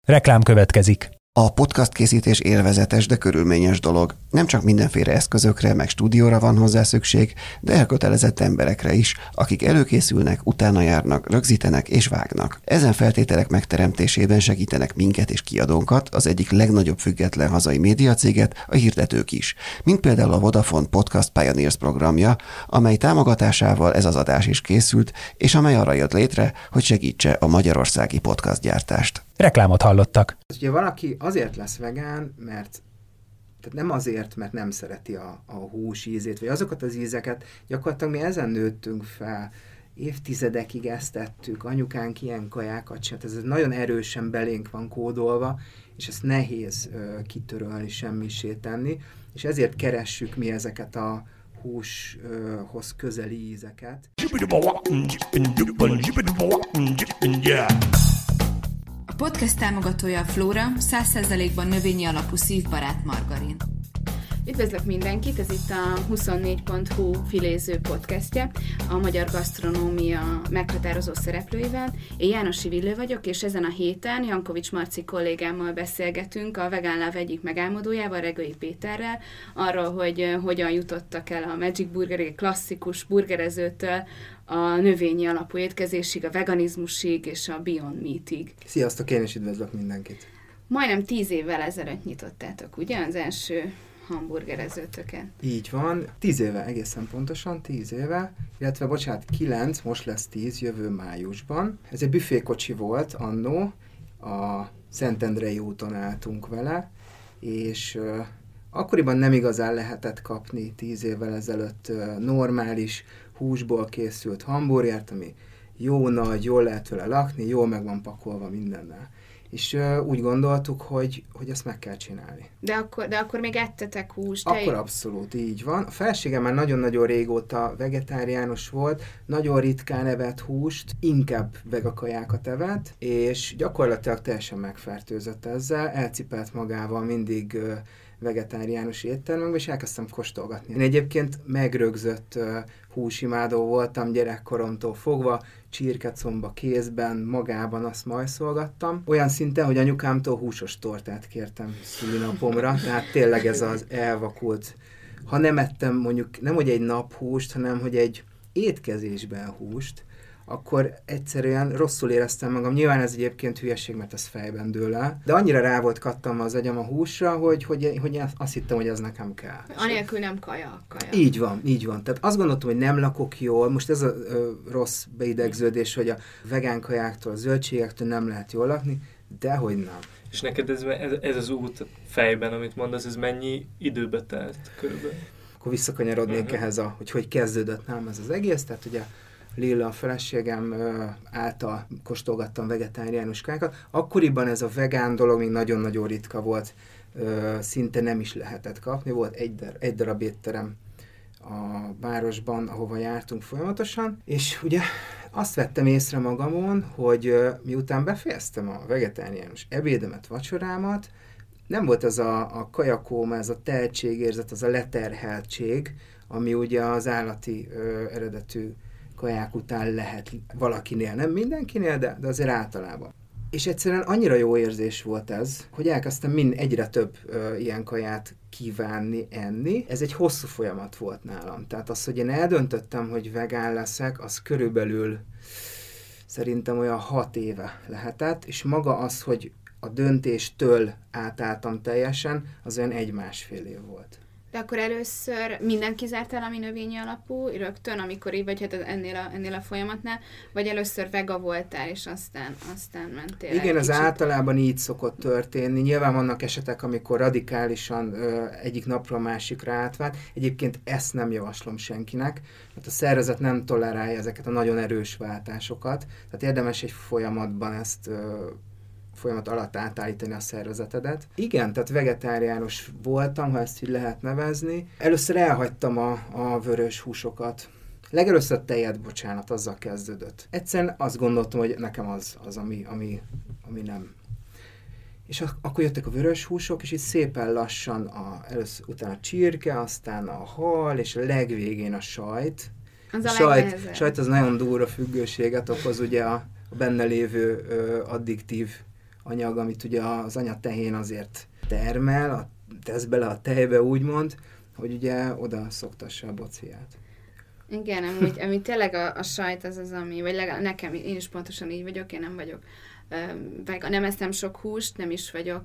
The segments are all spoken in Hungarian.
Reklám következik. A podcast készítés élvezetes, de körülményes dolog. Nem csak mindenféle eszközökre, meg stúdióra van hozzá szükség, de elkötelezett emberekre is, akik előkészülnek, utána járnak, rögzítenek és vágnak. Ezen feltételek megteremtésében segítenek minket és kiadónkat, az egyik legnagyobb független hazai médiacéget, a hirdetők is, mint például a Vodafone Podcast Pioneers programja, amely támogatásával ez az adás is készült, és amely arra jött létre, hogy segítse a magyarországi podcast gyártást. Reklámot hallottak. Ugye valaki azért lesz vegán, tehát nem azért, mert nem szereti a hús ízét, vagy azokat az ízeket, gyakorlatilag mi ezen nőttünk fel, évtizedekig ezt tettük, anyukánk ilyen kajákat csinált, ez nagyon erősen belénk van kódolva, és ezt nehéz kitörölni, semmisé tenni, és ezért keressük mi ezeket a húshoz közeli ízeket. A podcast támogatója a Flóra, 100%-ban növényi alapú szívbarát margarin. Üdvözlök mindenkit, ez itt a 24.hu filéző podcastje, a magyar gasztronómia meghatározó szereplőivel. Én Jánosi Villő vagyok, és ezen a héten Jankovics Marci kollégámmal beszélgetünk a Vegan Love egyik megálmodójával, Regői Péterrel, arról, hogy hogyan jutottak el a Magic Burgerig, klasszikus burgerezőtől, a növényi alapú étkezésig, a veganizmusig és a Beyond Meatig. Sziasztok, én is üdvözlök mindenkit! Majdnem 10 évvel ezelőtt nyitottátok, ugye, az első hamburgerezőtöket? Így van, 10 éve, egészen pontosan 10 éve, illetve 9, most lesz 10, jövő májusban. Ez egy büfékocsi volt annó, a Szentendrei úton álltunk vele, és akkoriban nem igazán lehetett kapni 10 évvel ezelőtt normális húsból készült hamburgert, ami jó nagy, jól lehet vele lakni, jól meg van pakolva mindennel. És úgy gondoltuk, hogy ezt meg kell csinálni. De akkor még ettetek húst? Akkor abszolút így van. A feleségem már nagyon-nagyon régóta vegetáriánus volt, nagyon ritkán evett húst, inkább vegakajákat evett, és gyakorlatilag teljesen megfertőzött ezzel, elcipelt magával mindig vegetáriánus éttermekbe, és elkezdtem kóstolgatni. Én egyébként megrögzött húsimádó voltam gyerekkoromtól fogva, csirkecomba kézben, magában azt majszolgattam. Olyan szinten, hogy anyukámtól húsos tortát kértem szülinapomra, tehát tényleg ez az elvakult. Ha nem ettem mondjuk nem hogy egy nap húst, hanem hogy egy étkezésben húst, akkor egyszerűen rosszul éreztem magam. Nyilván ez egyébként hülyeség, mert ez fejben dől el. De annyira rá volt kattam az agyam a húsra, hogy azt hittem, hogy az nekem kell. Anélkül nem kaja. Így van. Tehát azt gondoltam, hogy nem lakok jól. Most ez a rossz beidegződés, hogy a vegán kajáktól, a zöldségektől nem lehet jól lakni, dehogy nem. És neked ez az út fejben, amit mondasz, ez mennyi időbe telt körülbelül? Akkor visszakanyarodnék ehhez, hogy kezdődött nálam ez az egész. Tehát ugye Lilla, a feleségem által kóstolgattam vegetáriánus kajákat. Akkoriban ez a vegán dolog még nagyon-nagyon ritka volt, szinte nem is lehetett kapni. Volt egy darab étterem a városban, ahova jártunk folyamatosan, és ugye azt vettem észre magamon, hogy miután befejeztem a vegetáriánus ebédemet, vacsorámat, nem volt ez a kajakóma, ez a tehetségérzet, az a leterheltség, ami ugye az állati eredetű kaják után lehet valakinél, nem mindenkinél, de azért általában. És egyszerűen annyira jó érzés volt ez, hogy elkezdtem egyre több ilyen kaját kívánni, enni. Ez egy hosszú folyamat volt nálam. Tehát az, hogy én eldöntöttem, hogy vegán leszek, az körülbelül szerintem olyan 6 éve lehetett, és maga az, hogy a döntéstől átálltam teljesen, az olyan 1-1,5 év volt. De akkor először minden kizártál, ami növényi alapú, rögtön, amikor így vagy hát ennél a folyamatnál, vagy először vega voltál, és aztán mentél. Igen, ez általában így szokott történni. Nyilván vannak esetek, amikor radikálisan egyik napról a másikra átvált. Egyébként ezt nem javaslom senkinek, mert a szervezet nem tolerálja ezeket a nagyon erős váltásokat. Tehát érdemes egy folyamatban ezt folyamat alatt átállítani a szervezetedet. Igen, tehát vegetáriánus voltam, ha ezt így lehet nevezni. Először elhagytam a vörös húsokat. Legelőször tejet, bocsánat, azzal kezdődött. Egyszerűen azt gondoltam, hogy nekem az ami nem. És akkor jöttek a vörös húsok, és így szépen lassan utána a csirke, aztán a hal, és a legvégén a sajt. Sajt az nagyon durva függőséget okoz, ugye a benne lévő addiktív anyag, amit ugye az anyatehén azért termel, tesz bele a tejbe úgymond, hogy ugye oda szoktassa a bociát. Igen, ami tényleg a sajt az, ami, vagy legalább nekem, én is pontosan így vagyok, én nem vagyok nem eszem sok húst, nem is vagyok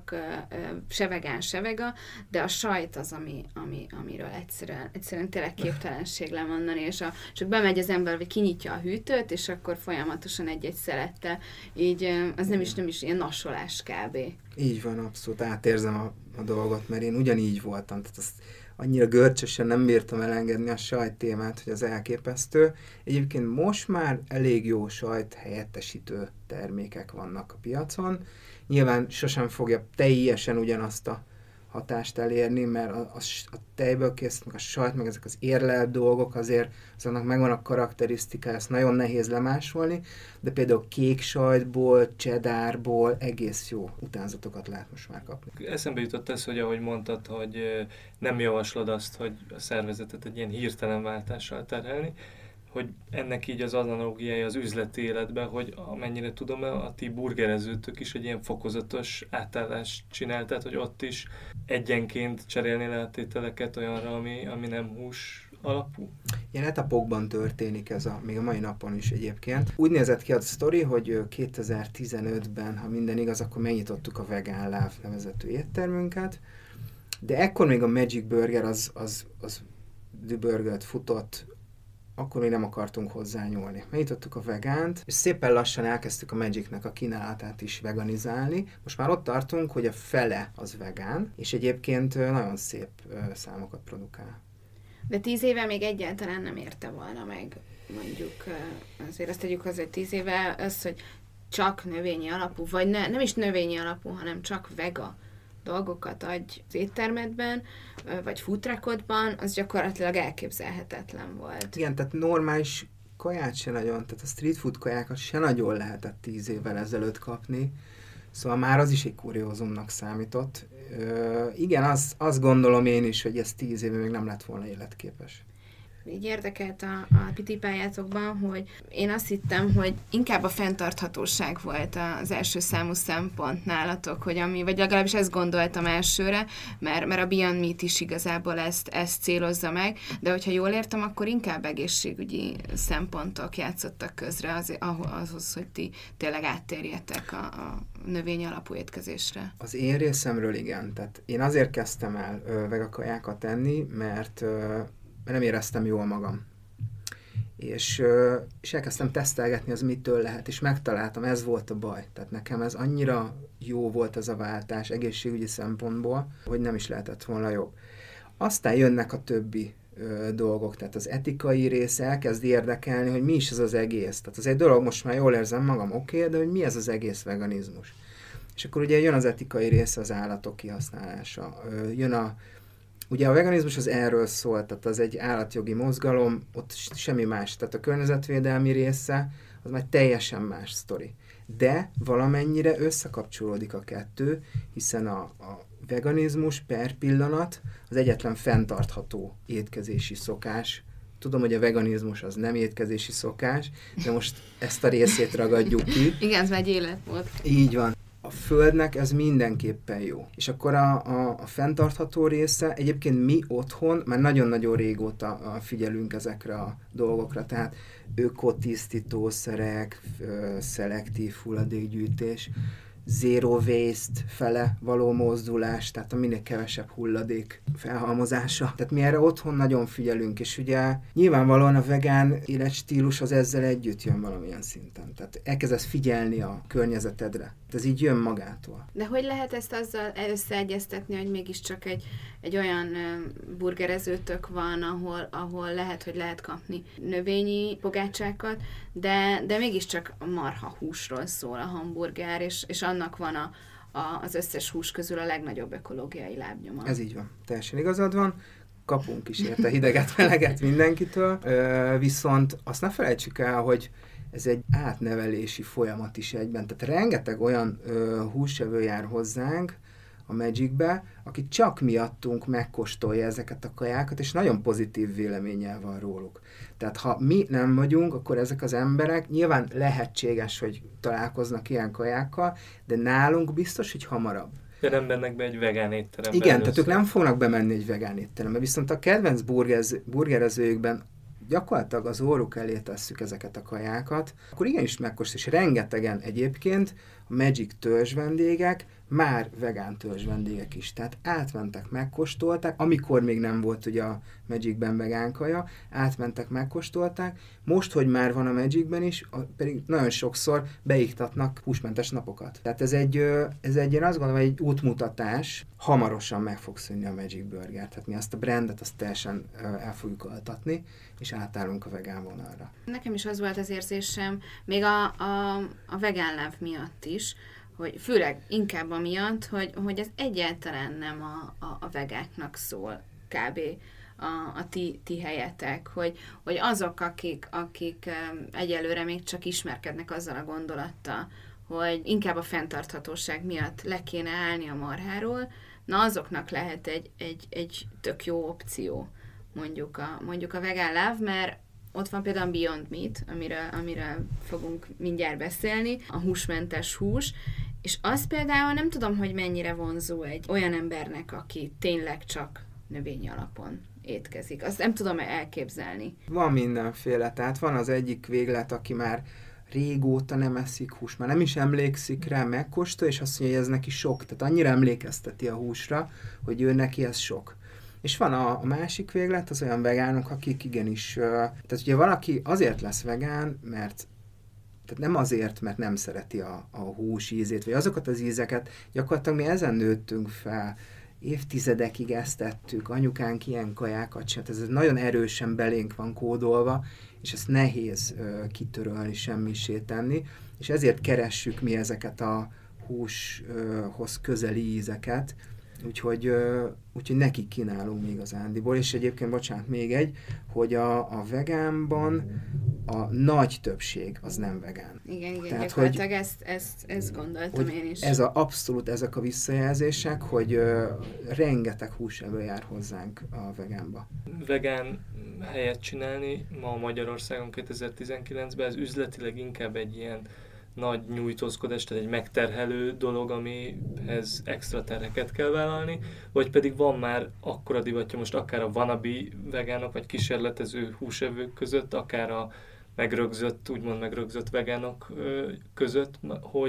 se vegán, se vega, de a sajt az, amiről egyszerűen tényleg képtelenség lemondani, és csak bemegy az ember, vagy kinyitja a hűtőt, és akkor folyamatosan egy-egy szelettel, így az nem is ilyen nasolás kb. Így van, abszolút átérzem a dolgot, mert én ugyanígy voltam, tehát azt annyira görcsösen nem bírtam elengedni a sajt témát, hogy az elképesztő. Egyébként most már elég jó sajt helyettesítő termékek vannak a piacon. Nyilván sosem fogja teljesen ugyanazt a hatást elérni, mert a tejből készítnek a sajt, meg ezek az érlelt dolgok azért, azonnak megvan a karakterisztikája, ezt nagyon nehéz lemásolni, de például kék sajtból, cheddárból egész jó utánzatokat lehet most már kapni. Eszembe jutott ez, hogy ahogy mondtad, hogy nem javaslod azt, hogy a szervezetet egy ilyen hirtelen váltással terhelni, hogy ennek így az analógiája az üzleti életben, hogy amennyire tudom, a ti burgerezőtök is egy ilyen fokozatos átállást csinál, tehát hogy ott is egyenként cserélni lehet ételeket olyanra, ami nem hús alapú. Ilyen etapokban történik ez még a mai napon is egyébként. Úgy nézett ki a sztori, hogy 2015-ben, ha minden igaz, akkor megnyitottuk a Vegán Love nevezetű éttermünket, de ekkor még a Magic Burger az The Burgert futott, akkor még nem akartunk hozzányúlni. Megnyitottuk a vegánt, és szépen lassan elkezdtük a Magicnek a kínálatát is veganizálni. Most már ott tartunk, hogy a fele az vegán, és egyébként nagyon szép számokat produkál. De 10 éve még egyáltalán nem érte volna meg, mondjuk, azért azt tegyük hozzá, hogy 10 éve az, hogy csak növényi alapú, vagy nem is növényi alapú, hanem csak vega dolgokat adj az éttermedben, vagy food truckodban, az gyakorlatilag elképzelhetetlen volt. Igen, tehát normális kaját se nagyon, tehát a street food kajákat se nagyon lehetett 10 évvel ezelőtt kapni, szóval már az is egy kuriózumnak számított. Igen, azt gondolom én is, hogy ez 10 éve még nem lett volna életképes. Így érdekelt a piti pályátokban, hogy én azt hittem, hogy inkább a fenntarthatóság volt az első számú szempont nálatok, hogy vagy legalábbis ezt gondoltam elsőre, mert a Beyond Meat is igazából ezt célozza meg, de hogyha jól értem, akkor inkább egészségügyi szempontok játszottak közre ahhoz, hogy ti tényleg áttérjetek a növény alapú étkezésre. Az én részemről igen, tehát én azért kezdtem el vegakajákat enni, mert nem éreztem jól magam. És elkezdtem tesztelgetni, az mitől lehet, és megtaláltam, ez volt a baj. Tehát nekem ez annyira jó volt ez a váltás egészségügyi szempontból, hogy nem is lehetett volna jobb. Aztán jönnek a többi dolgok, tehát az etikai része elkezd érdekelni, hogy mi is ez az egész. Tehát az egy dolog, most már jól érzem magam, oké, de hogy mi ez az egész veganizmus. És akkor ugye jön az etikai része, az állatok kihasználása, ugye a veganizmus az erről szól, tehát az egy állatjogi mozgalom, ott semmi más. Tehát a környezetvédelmi része, az már teljesen más sztori. De valamennyire összekapcsolódik a kettő, hiszen a veganizmus per pillanat az egyetlen fenntartható étkezési szokás. Tudom, hogy a veganizmus az nem étkezési szokás, de most ezt a részét ragadjuk ki. Igen, ez egy életmód. Így van. A Földnek ez mindenképpen jó. És akkor a fenntartható része, egyébként mi otthon már nagyon-nagyon régóta figyelünk ezekre a dolgokra, tehát ökotisztítószerek, szelektív hulladékgyűjtés, zero waste fele való mozdulás, tehát a minél kevesebb hulladék felhalmozása. Tehát mi erre otthon nagyon figyelünk, és ugye nyilvánvalóan a vegán életstílus az ezzel együtt jön valamilyen szinten. Tehát elkezdesz figyelni a környezetedre. Ez így jön magától. De hogy lehet ezt azzal összeegyeztetni, hogy mégiscsak egy olyan burgerezőtök van, ahol lehet kapni növényi pogácsákat, de mégiscsak marha húsról szól a hamburger, és annak van az összes hús közül a legnagyobb ökológiai lábnyoma. Ez így van. Teljesen igazad van. Kapunk is érte hideget, meleget mindenkitől. Viszont azt ne felejtsük el, hogy ez egy átnevelési folyamat is egyben. Tehát rengeteg olyan húsevő jár hozzánk, a Magicbe, aki csak miattunk megkóstolja ezeket a kajákat, és nagyon pozitív véleménnyel van róluk. Tehát ha mi nem vagyunk, akkor ezek az emberek nyilván lehetséges, hogy találkoznak ilyen kajákkal, de nálunk biztos, hogy hamarabb. De nem mennek be egy vegán étterembe. Igen, tehát ők nem fognak bemenni egy vegán étterembe, viszont a kedvenc burgerezőjükben gyakorlatilag az óruk elé tesszük ezeket a kajákat, akkor igenis megkóstolják, és rengetegen egyébként a Magic törzsvendégek, már vegán törzsvendégek is. Tehát átmentek, megkóstolták, amikor még nem volt ugye a Magicben vegán kaja, átmentek, megkóstolták, most, hogy már van a Magicben is, pedig nagyon sokszor beiktatnak húsmentes napokat. Tehát ez egy én azt gondolom, egy útmutatás, hamarosan meg fog szűnni a Magic Burger. Tehát mi azt a brandet, azt teljesen el fogjuk altatni, és átállunk a vegán vonalra. Nekem is az volt az érzésem, még a vegán láv miatt is, hogy főleg inkább amiatt, hogy ez egyáltalán nem a vegáknak szól kb. A ti helyetek, hogy azok, akik egyelőre még csak ismerkednek azzal a gondolattal, hogy inkább a fenntarthatóság miatt le kéne állni a marháról, na azoknak lehet egy tök jó opció, mondjuk a vegán láv, mert ott van például a Beyond Meat, amiről fogunk mindjárt beszélni, a húsmentes hús, és az például nem tudom, hogy mennyire vonzó egy olyan embernek, aki tényleg csak növényi alapon étkezik. Azt nem tudom elképzelni. Van mindenféle, tehát van az egyik véglet, aki már régóta nem eszik húst, már nem is emlékszik rá, megkóstol, és azt mondja, hogy ez neki sok, tehát annyira emlékezteti a húsra, hogy ő neki ez sok. És van a másik véglet, az olyan vegánok, akik igenis, tehát ugye valaki azért lesz vegán, mert tehát nem azért, mert nem szereti a hús ízét, vagy azokat az ízeket, gyakorlatilag mi ezen nőttünk fel, évtizedekig ezt tettük, anyukánk ilyen kajákat csinált, ez nagyon erősen belénk van kódolva, és ezt nehéz kitörölni, semmisé tenni, és ezért keressük mi ezeket a húshoz közeli ízeket, úgyhogy nekik kínálunk még az igazándiból, és egyébként, bocsánat, még hogy a vegánban a nagy többség az nem vegán. Igen, tehát, gyakorlatilag ezt gondoltam én is. Abszolút ezek a visszajelzések, hogy rengeteg húsevő jár hozzánk a vegánba. Vegán helyet csinálni ma Magyarországon 2019-ben, ez üzletileg inkább egy ilyen nagy nyújtózkodás, tehát egy megterhelő dolog, amihez extra terheket kell vállalni, vagy pedig van már akkora divatja most akár a wannabe vegánok, vagy kísérletező húsevők között, akár a úgymond megrögzött vegánok között,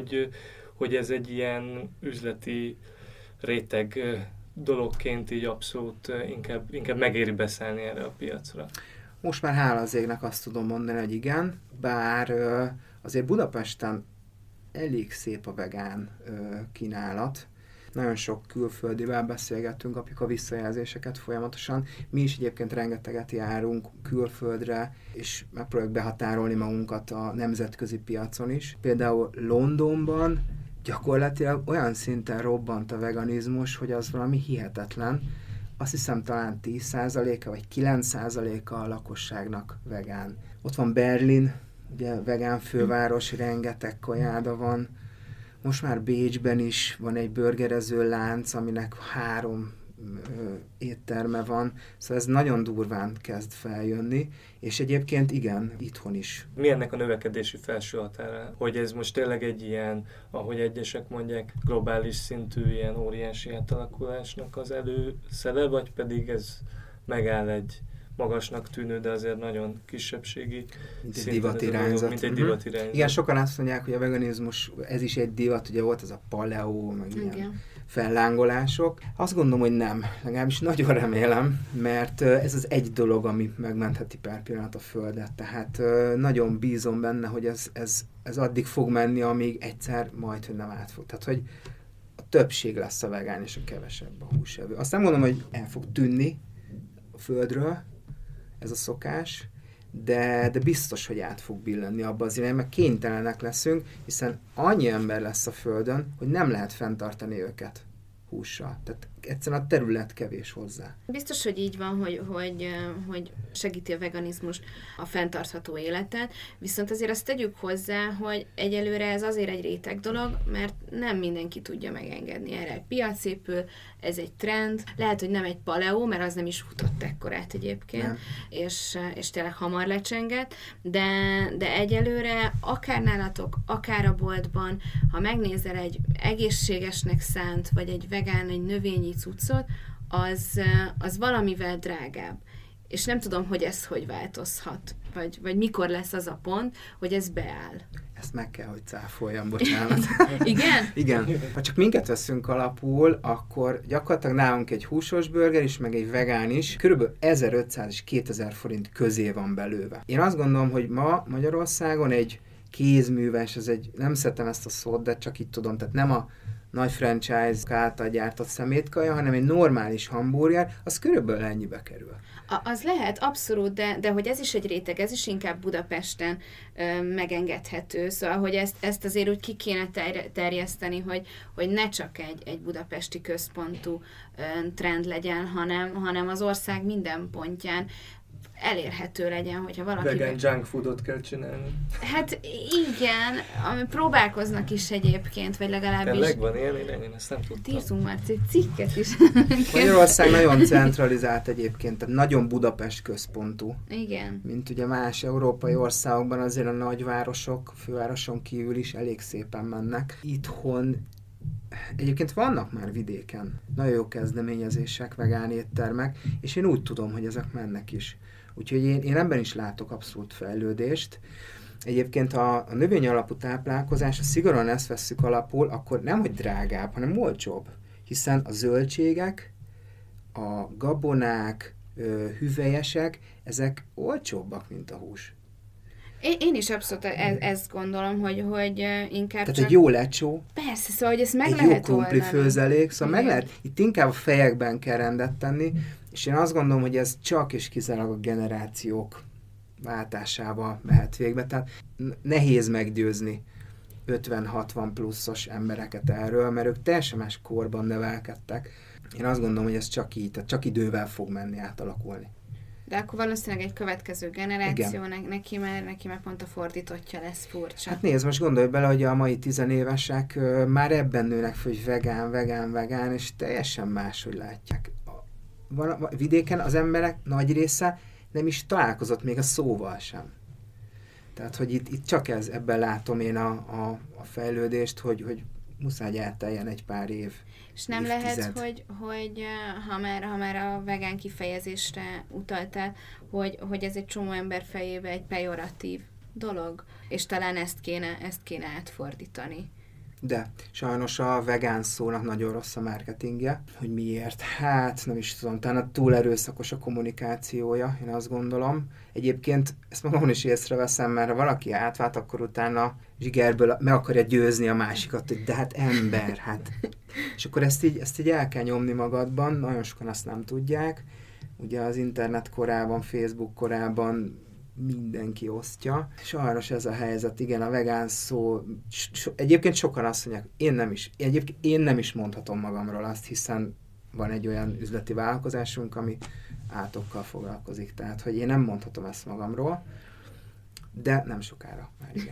hogy ez egy ilyen üzleti réteg dologként így abszolút inkább megéri beszállni erre a piacra. Most már hála az égnek azt tudom mondani, hogy igen, bár azért Budapesten elég szép a vegán kínálat. Nagyon sok külföldivel beszélgettünk, kapjuk a visszajelzéseket folyamatosan. Mi is egyébként rengeteget járunk külföldre, és megpróbáljuk behatárolni magunkat a nemzetközi piacon is. Például Londonban gyakorlatilag olyan szinten robbant a veganizmus, hogy az valami hihetetlen. Azt hiszem talán 10%-a vagy 9%-a a lakosságnak vegán. Ott van Berlin, ugye vegán főváros, rengeteg kajáda van. Most már Bécsben is van egy burgerező lánc, aminek 3 étterme van, szóval ez nagyon durván kezd feljönni, és egyébként igen, itthon is. Mi ennek a növekedési felső határa? Hogy ez most tényleg egy ilyen, ahogy egyesek mondják, globális szintű ilyen óriási átalakulásnak az előszele, vagy pedig ez megáll egy magasnak tűnő, de azért nagyon kisebbségi mint egy divatirányzat. Mint egy divatirányzat. Igen, sokan azt mondják, hogy a veganizmus, ez is egy divat, ugye volt az a paleo, meg ilyen fellángolások. Azt gondolom, hogy nem. Legalábbis nagyon remélem, mert ez az egy dolog, ami megmentheti pár pillanat a Földet. Tehát nagyon bízom benne, hogy ez addig fog menni, amíg egyszer majd, hogy nem átfog. Tehát, hogy a többség lesz a vegán, és a kevesebb a húsevő. Azt nem mondom, hogy el fog tűnni a Földről ez a szokás, de biztos, hogy át fog billenni abba az irányba, mert kénytelenek leszünk, hiszen annyi ember lesz a Földön, hogy nem lehet fenntartani őket hússal. Tehát egyszerűen a terület kevés hozzá. Biztos, hogy így van, hogy segíti a veganizmus a fenntartható életet, viszont azért azt tegyük hozzá, hogy egyelőre ez azért egy réteg dolog, mert nem mindenki tudja megengedni. Erre egy piac épül, ez egy trend, lehet, hogy nem egy paleo, mert az nem is futott ekkorát egyébként, és tényleg hamar lecsengett, de egyelőre akár nálatok, akár a boltban, ha megnézel egy egészségesnek szánt, vagy egy vegán, egy növényi cuccot, az valamivel drágább. És nem tudom, hogy ez hogy változhat, vagy mikor lesz az a pont, hogy ez beáll. Ezt meg kell, hogy cáfoljam, bocsánat. Igen? Igen. Ha csak minket veszünk alapul, akkor gyakorlatilag nálunk egy húsos burger is, meg egy vegán is körülbelül 1500 és 2000 forint közé van belőve. Én azt gondolom, hogy ma Magyarországon egy kézműves, nem szeretem ezt a szót, de csak így tudom, tehát nem a nagy franchise által gyártott szemétkaja, hanem egy normális hamburger, az körülbelül ennyibe kerül. Az lehet, abszolút, de hogy ez is egy réteg, ez is inkább Budapesten megengedhető, szóval, hogy ezt azért úgy ki kéne terjeszteni, hogy ne csak egy budapesti központú trend legyen, hanem az ország minden pontján elérhető legyen, hogyha valaki... Vegan junk foodot kell csinálni. Hát igen, próbálkoznak is egyébként, vagy legalábbis... Tényleg van ilyen, én ezt nem tudtam. Írtunk már cikket is. Magyarország nagyon centralizált egyébként, tehát nagyon Budapest központú. Igen. Mint ugye más európai országokban azért a nagyvárosok, fővároson kívül is elég szépen mennek. Itthon egyébként vannak már vidéken nagyon jó kezdeményezések, vegán éttermek, és én úgy tudom, hogy ezek mennek is. Úgyhogy én ebben is látok abszolút fejlődést. Egyébként a növény alapú táplálkozás, ha szigorúan ezt vesszük alapul, akkor nem, hogy drágább, hanem olcsóbb. Hiszen a zöldségek, a gabonák, hüvelyesek, ezek olcsóbbak, mint a hús. Én is abszolút ezt gondolom, hogy inkább tehát csak... egy jó lecsó, Persze, szóval, hogy ezt meg egy lehet jó krumpli oldani. főzelék, szóval meg lehet, itt inkább a fejekben kell rendet tenni, és én azt gondolom, hogy ez csak és kizárólag a generációk váltásával mehet végbe, tehát nehéz meggyőzni 50-60 pluszos embereket erről, mert ők teljesen más korban nevelkedtek. Én azt gondolom, hogy ez csak így, tehát csak idővel fog menni, átalakulni. De akkor valószínűleg egy következő generáció, neki már pont a fordítottja lesz furcsa. Hát nézd, most gondolj bele, hogy a mai tizenévesek már ebben nőnek föl, hogy vegán, és teljesen máshogy látják. Vidéken az emberek nagy része nem is találkozott még a szóval sem. Tehát, hogy itt csak ebben látom én a fejlődést, hogy muszáj elteljen egy pár év. És nem évtized. lehet, hogy ha már a vegán kifejezésre utaltál, hogy ez egy csomó ember fejébe egy pejoratív dolog, és talán ezt kéne átfordítani. De sajnos a vegán szónak nagyon rossz a marketingje. Hogy miért? Hát nem is tudom, talán túl erőszakos a kommunikációja, én azt gondolom. Egyébként ezt magamon is észreveszem, mert ha valaki átvált, akkor utána zsigerből meg akarja győzni a másikat, hogy de hát ember, hát. És akkor ezt így el kell nyomni magadban, nagyon sokan azt nem tudják. Ugye az internet korában, Facebook korában mindenki osztja. Sajnos ez a helyzet, igen, a vegán szó, egyébként sokan azt mondják, én nem is mondhatom magamról azt, hiszen van egy olyan üzleti vállalkozásunk, ami állatokkal foglalkozik, tehát, hogy én nem mondhatom ezt magamról, de nem sokára már igen.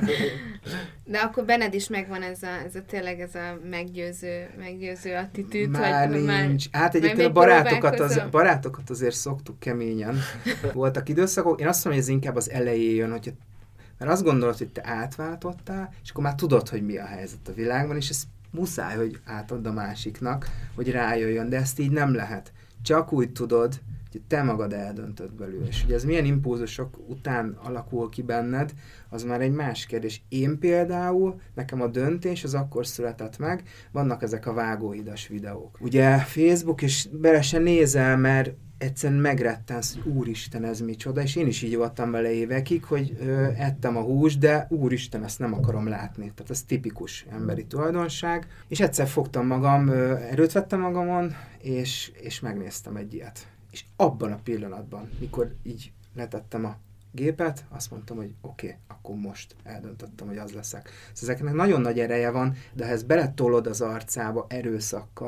De akkor benned is megvan ez a tényleg ez a meggyőző attitűd, Már hogy nincs. Hát egyébként a barátokat azért szoktuk keményen. Voltak időszakok. Én azt mondom, hogy ez inkább az elején jön, mert azt gondolod, hogy te átváltottál, és akkor már tudod, hogy mi a helyzet a világban, és ezt muszáj, hogy átadd a másiknak, hogy rájöjjön, de ezt így nem lehet. Csak úgy tudod, hogy te magad eldöntöd belül. És hogy ez milyen impulzusok után alakul ki benned, az már egy más kérdés. Én például, nekem a döntés az akkor született meg, vannak ezek a vágóhidas videók. Ugye Facebook, és bele se nézel, mert egyszerűen megrettensz, hogy úristen, ez micsoda, és én is így voltam vele évekig, hogy ettem a húst, de úristen, ezt nem akarom látni. Tehát ez tipikus emberi tulajdonság. És egyszer fogtam magam, erőt vettem magamon, és megnéztem egy ilyet. És abban a pillanatban, mikor így letettem a gépet, azt mondtam, hogy oké, akkor most eldöntöttem, hogy az leszek. Szóval ezeknek nagyon nagy ereje van, de ha ezt beletolod az arcába erőszakkal,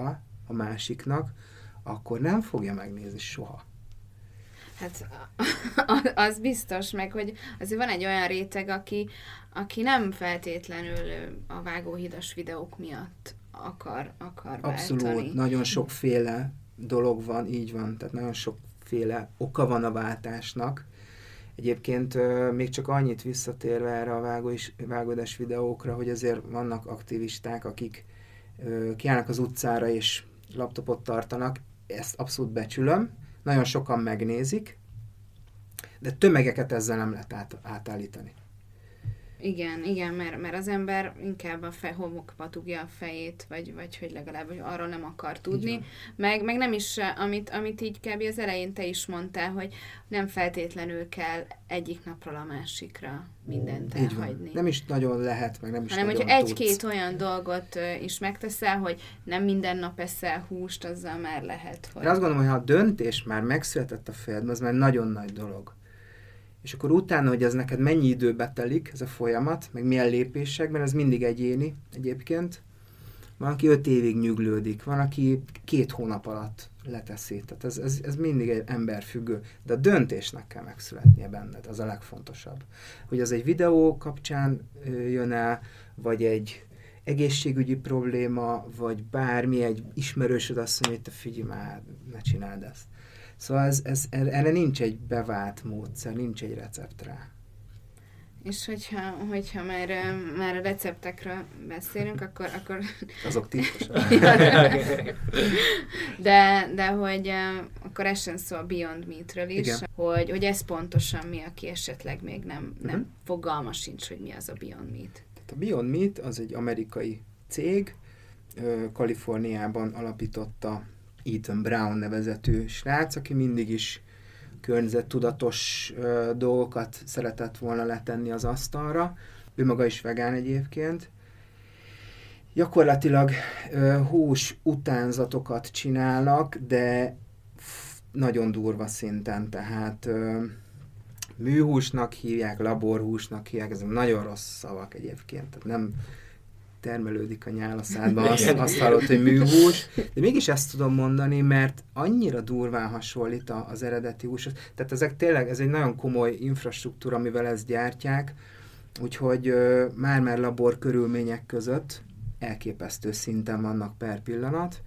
a másiknak, akkor nem fogja megnézni soha. Hát az biztos, meg hogy azért van egy olyan réteg, aki nem feltétlenül a vágóhidas videók miatt akar Abszolút, váltani. nagyon sokféle dolog van, így van, tehát nagyon sokféle oka van a váltásnak. Egyébként még csak annyit visszatérve erre a vágóhidas videókra, hogy azért vannak aktivisták, akik kiállnak az utcára és laptopot tartanak, ezt abszolút becsülöm, nagyon sokan megnézik, de tömegeket ezzel nem lehet átállítani. Igen, mert az ember inkább a homokba dugja a fejét, vagy hogy legalább hogy arról nem akar tudni. Meg nem is, amit így kb. Az elején te is mondtál, hogy nem feltétlenül kell egyik napról a másikra mindent elhagyni. Nem is nagyon lehet, meg nem is hanem, nagyon hogyha tudsz. egy-két olyan dolgot is megteszel, hogy nem minden nap eszel húst, azzal már lehet, hogy... De azt gondolom, hogy ha a döntés már megszületett a fejedben, az már nagyon nagy dolog. És akkor utána, hogy ez neked mennyi időbe telik, ez a folyamat, meg milyen lépésekben, ez mindig egyéni egyébként. Van, aki 5 évig nyüglődik, van, aki 2 hónap alatt leteszi. Tehát ez mindig egy emberfüggő. De a döntésnek kell megszületnie benned, az a legfontosabb. Hogy az egy videó kapcsán jön el, vagy egy egészségügyi probléma, vagy bármi, egy ismerősöd azt mondja, hogy te figyelj már, ne csináld ezt. Szóval erre nincs egy bevált módszer, nincs egy recept rá. És hogyha már a receptekről beszélünk, akkor... Azok titkosak. de hogy akkor essen szó a Beyond Meatről is, hogy ez pontosan mi, aki esetleg még nem fogalma sincs, hogy mi az a Beyond Meat. Tehát a Beyond Meat az egy amerikai cég, Kaliforniában alapította Ethan Brown nevezetű srác, aki mindig is környezettudatos dolgokat szeretett volna letenni az asztalra. Ő maga is vegán egyébként. Gyakorlatilag hús utánzatokat csinálnak, de nagyon durva szinten, tehát műhúsnak hívják, laborhúsnak hívják, ezek nagyon rossz szavak egyébként, tehát nem termelődik a nyál a szádban, azt hallott, hogy műhús, de mégis ezt tudom mondani, mert annyira durván hasonlít az eredeti húshoz. Tehát ez egy nagyon komoly infrastruktúra, amivel ezt gyártják, úgyhogy már labor körülmények között elképesztő szinten vannak per pillanat,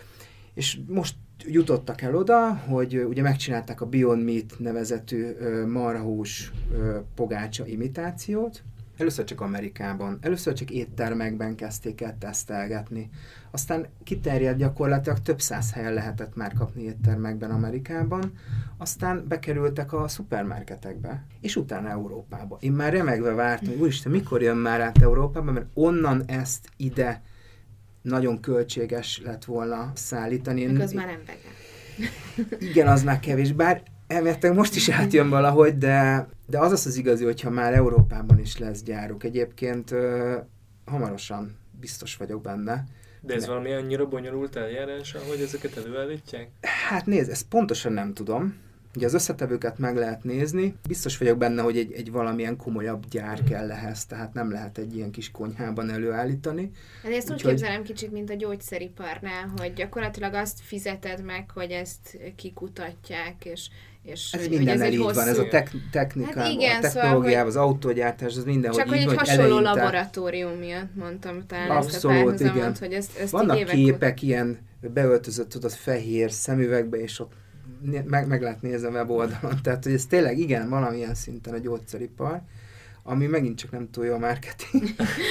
és most jutottak el oda, hogy ugye megcsinálták a Beyond Meat nevezetű marhahús pogácsa imitációt. Először csak Amerikában, először csak éttermekben kezdték el tesztelgetni. Aztán kiterjedt gyakorlatilag több 100 helyen lehetett már kapni éttermekben Amerikában, aztán bekerültek a szupermarketekbe, és utána Európába. Én már remegve vártam, hogy úristen, mikor jön már át Európába, mert onnan ezt ide nagyon költséges lett volna szállítani. Meg az már nem vegán. Igen, az már kevés, bár elméletileg most is átjön valahogy, de az igazi, hogyha már Európában is lesz gyáruk. Egyébként hamarosan biztos vagyok benne. De ez valami annyira bonyolult eljárása, hogy ezeket előállítják? Hát nézd, ezt pontosan nem tudom. Ugye az összetevőket meg lehet nézni. Biztos vagyok benne, hogy egy valamilyen komolyabb gyár kell ehhez, tehát nem lehet egy ilyen kis konyhában előállítani. Hát ezt úgy képzelem kicsit, mint a gyógyszeriparnál, hogy gyakorlatilag azt fizeted meg, hogy ezt kikutatják, és ez mindennel így van, ez a technikában, hát igen, a technológiában, szóval, az autógyártás, az mindenhol csak így van. Csak hogy egy hasonló laboratorium miatt mondtam talán abszolút, ezt a párhuzamot, hogy ezt vannak képek, ilyen beöltözött, tudod, fehér szemüvegbe, és ott meg lehet nézni a weboldalon. Tehát, hogy ez tényleg igen, valamilyen szinten a gyógyszeripar, ami megint csak nem túl jó a marketing.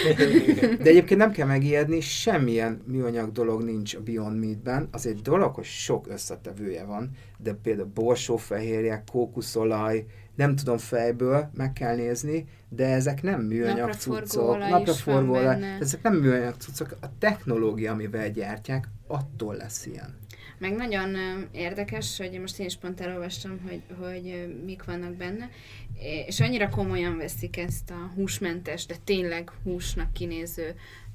De egyébként nem kell megijedni, semmilyen műanyag dolog nincs a Beyond Meatben. Az egy dolog, hogy sok összetevője van, de például borsófehérje, kókuszolaj, nem tudom fejből, meg kell nézni, de ezek nem műanyag cuccok. Napraforgóolaj. Ezek nem műanyag cuccok. A technológia, amivel gyártják, attól lesz ilyen. Meg nagyon érdekes, hogy most én is pont elolvastam, hogy mik vannak benne, és annyira komolyan veszik ezt a húsmentes, de tényleg húsnak kinéző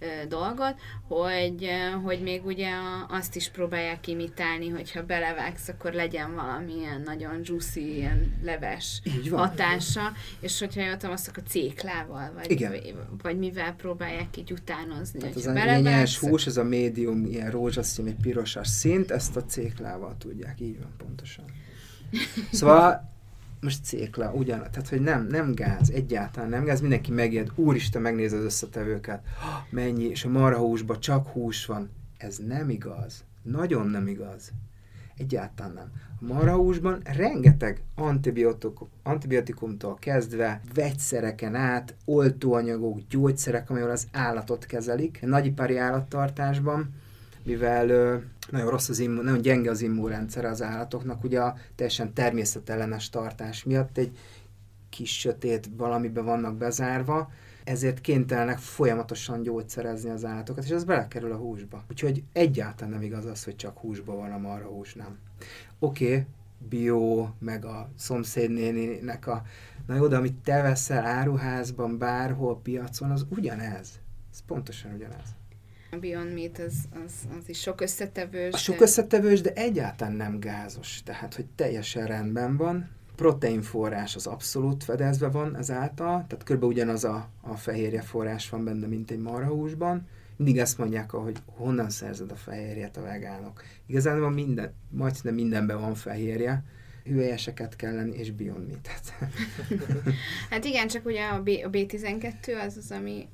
dolgot, hogy még ugye azt is próbálják imitálni, hogyha belevágsz, akkor legyen valamilyen nagyon juicy, ilyen leves hatása, és hogyha jól tudom, azt akkor céklával, vagy mivel próbálják így utánozni. Tehát az a nyers hús, ez a médium, ilyen rózsaszín, egy pirosas szint, ezt a céklával tudják, így van pontosan. Szóval most cékla, tehát hogy nem gáz, egyáltalán nem gáz, mindenki megijed, úristen, megnéz az összetevőket, mennyi, és a marhahúsban csak hús van. Ez nem igaz. Nagyon nem igaz. Egyáltalán nem. A marhahúsban rengeteg antibiotikumtól kezdve, vegyszereken át, oltóanyagok, gyógyszerek, amivel az állatot kezelik. A nagyipari állattartásban, mivel nagyon rossz nagyon gyenge az immunrendszere az állatoknak, ugye a teljesen természetellenes tartás miatt egy kis sötét valamiben vannak bezárva, ezért kénytelenek folyamatosan gyógyszerezni az állatokat, és ez belekerül a húsba. Úgyhogy egyáltalán nem igaz az, hogy csak húsban van a marhahús, nem. Oké, bio, meg a szomszédnéninek na jó, de amit te veszel áruházban, bárhol, piacon, az ugyanez. Ez pontosan ugyanez. A Beyond Meat az is sok összetevős. Sok összetevős, de egyáltalán nem gázos. Tehát, hogy teljesen rendben van. Proteinforrás az abszolút fedezve van ezáltal, tehát kb. Ugyanaz a fehérje forrás van benne, mint egy marhahúsban. Mindig ezt mondják, hogy honnan szerzed a fehérjet a vegánok. Igazán van majdnem mindenben van fehérje. Hülyeseket kell lenni, és Beyond Meat-et. Hát igen, csak ugye a B12 az,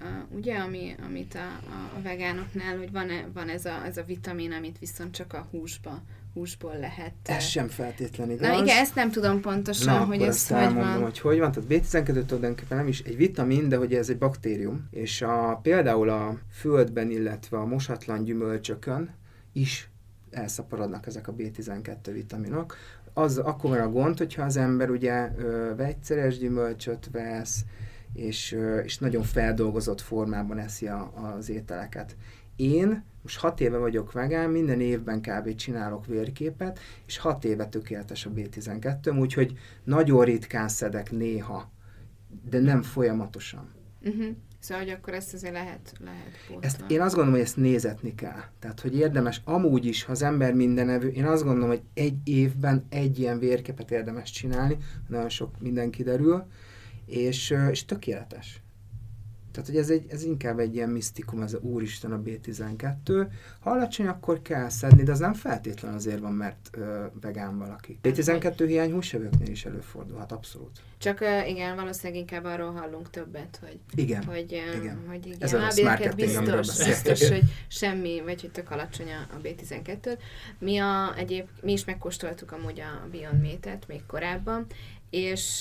amit a vegánoknál, hogy van ez a vitamin, amit viszont csak a húsból lehet. Ez sem feltétlen igaz. Na igen, ezt nem tudom pontosan, hogy ez hogy van. Hogy van. Tehát B12 tulajdonképpen nem is egy vitamin, de hogy ez egy baktérium, és például a földben, illetve a mosatlan gyümölcsökön is elszaporodnak ezek a B12 vitaminok. Az akkor van a gond, hogyha az ember ugye vegyszeres gyümölcsöt vesz, és nagyon feldolgozott formában eszi az ételeket. Én most 6 éve vagyok vegán, minden évben kb. Csinálok vérképet, és 6 éve tökéletes a B12-m, úgyhogy nagyon ritkán szedek néha, de nem folyamatosan. Szóval, hogy akkor ezt azért lehet pótolni. Én azt gondolom, hogy ezt nézetni kell. Tehát, hogy érdemes, amúgy is, ha az ember mindenevő, én azt gondolom, hogy egy évben egy ilyen vérképet érdemes csinálni, nagyon sok minden kiderül, és tökéletes. Tehát, hogy ez inkább egy ilyen misztikum, ez a úristen a B12. Ha alacsony, akkor kell szedni, de az nem feltétlen azért van, mert vegán valaki. B12 hiány húsevőknél is előfordulhat, abszolút. Csak igen, valószínűleg inkább arról hallunk többet, hogy igen. Ez a rossz marketing, biztos, hogy semmi, vagy hogy tök alacsony a B12-t. Mi is megkóstoltuk amúgy a Beyond Meat-et még korábban, és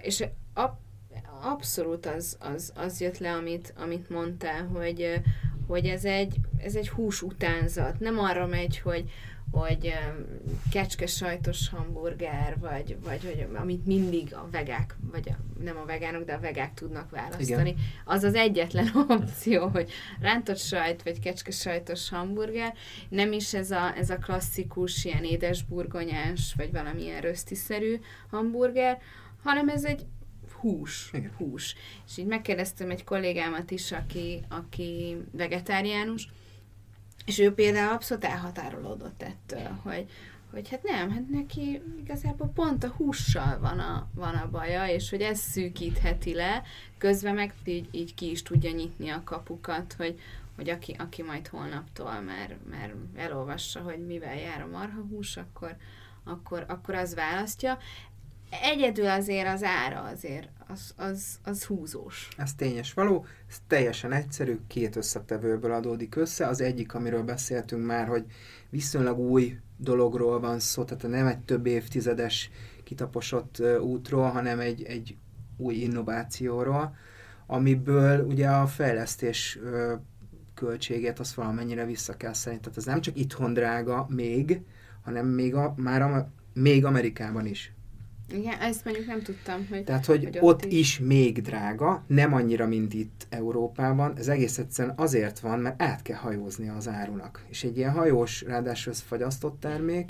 abszolút az jött le, amit mondtál, hogy ez egy hús utánzat. Nem arra megy, hogy kecskesajtos hamburger, vagy hogy amit mindig a vegák, vagy nem a vegánok, de a vegák tudnak választani. Igen. Az az egyetlen opció, hogy rántott sajt, vagy kecskesajtos hamburger, nem is ez a klasszikus, ilyen édesburgonyás, vagy valamilyen rösztiszerű hamburger, hanem ez egy hús. És így megkérdeztem egy kollégámat is, aki vegetáriánus, és ő például abszolút elhatárolódott ettől, hogy hát nem, hát neki igazából pont a hússal van a baja, és hogy ez szűkítheti le, közben meg így ki is tudja nyitni a kapukat, hogy aki majd holnaptól már elolvassa, hogy mivel jár a marhahús, akkor az választja. Egyedül azért az ára azért, az húzós. Ez tényes való, ez teljesen egyszerű, 2 összetevőből adódik össze. Az egyik, amiről beszéltünk már, hogy viszonylag új dologról van szó, tehát nem egy több évtizedes kitaposott útról, hanem egy új innovációról, amiből ugye a fejlesztés költségét azt valamennyire vissza kell szedni. Tehát ez nem csak itthon drága még, hanem még Amerikában is. Igen, ezt mondjuk nem tudtam, hogy... Tehát, hogy ott is még drága, nem annyira, mint itt Európában. Ez egész egyszerűen azért van, mert át kell hajózni az árunak. És egy ilyen hajós, ráadásul ez fagyasztott termék,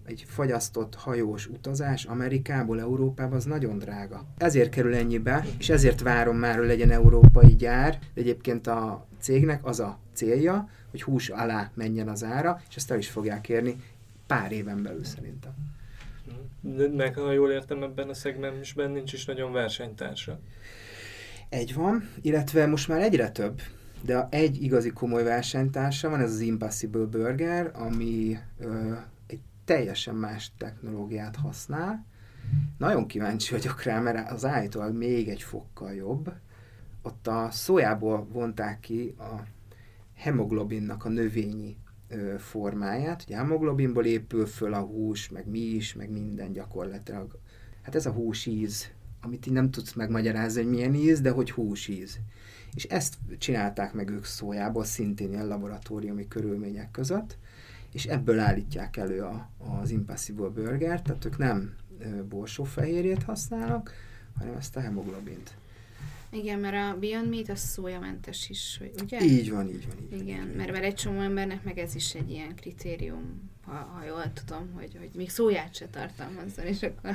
egy fagyasztott hajós utazás Amerikából Európába az nagyon drága. Ezért kerül ennyibe, és ezért várom már, hogy legyen európai gyár, de egyébként a cégnek az a célja, hogy hús alá menjen az ára, és ezt el is fogják kérni pár éven belül szerintem. De meg, ha jól értem, ebben a szegmensben nincs is nagyon versenytársa. Egy van, illetve most már egyre több, de egy igazi komoly versenytársa van, ez az Impossible Burger, ami egy teljesen más technológiát használ. Nagyon kíváncsi vagyok rá, mert az állítólag még egy fokkal jobb. Ott a szójából vonták ki a hemoglobinnak a növényi formáját. Ugye hemoglobinból épül föl a hús, meg mi is, meg minden gyakorlatilag. Hát ez a húsíz, amit így nem tudsz megmagyarázni, hogy milyen íz, de hogy húsíz. És ezt csinálták meg ők szójából, szintén ilyen laboratóriumi körülmények között, és ebből állítják elő az Impossible Burgert, tehát ők nem borsófehérjét használnak, hanem ezt a hemoglobint. Igen, mert a Beyond Meat az szójamentes is, ugye? Így van. Igen, mert egy csomó embernek meg ez is egy ilyen kritérium, ha jól tudom, hogy még szóját se tartalmazzon, és akkor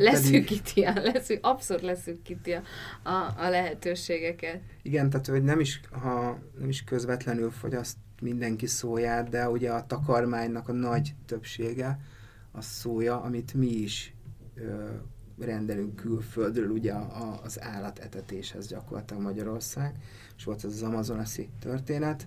abszolút leszűkíti a lehetőségeket. Igen, tehát hogy nem is közvetlenül fogyaszt mindenki szóját, de ugye a takarmánynak a nagy többsége a szója, amit mi is rendelünk külföldről, ugye az állatetetéshez gyakorlatilag Magyarország, és volt ez az amazonasi történet,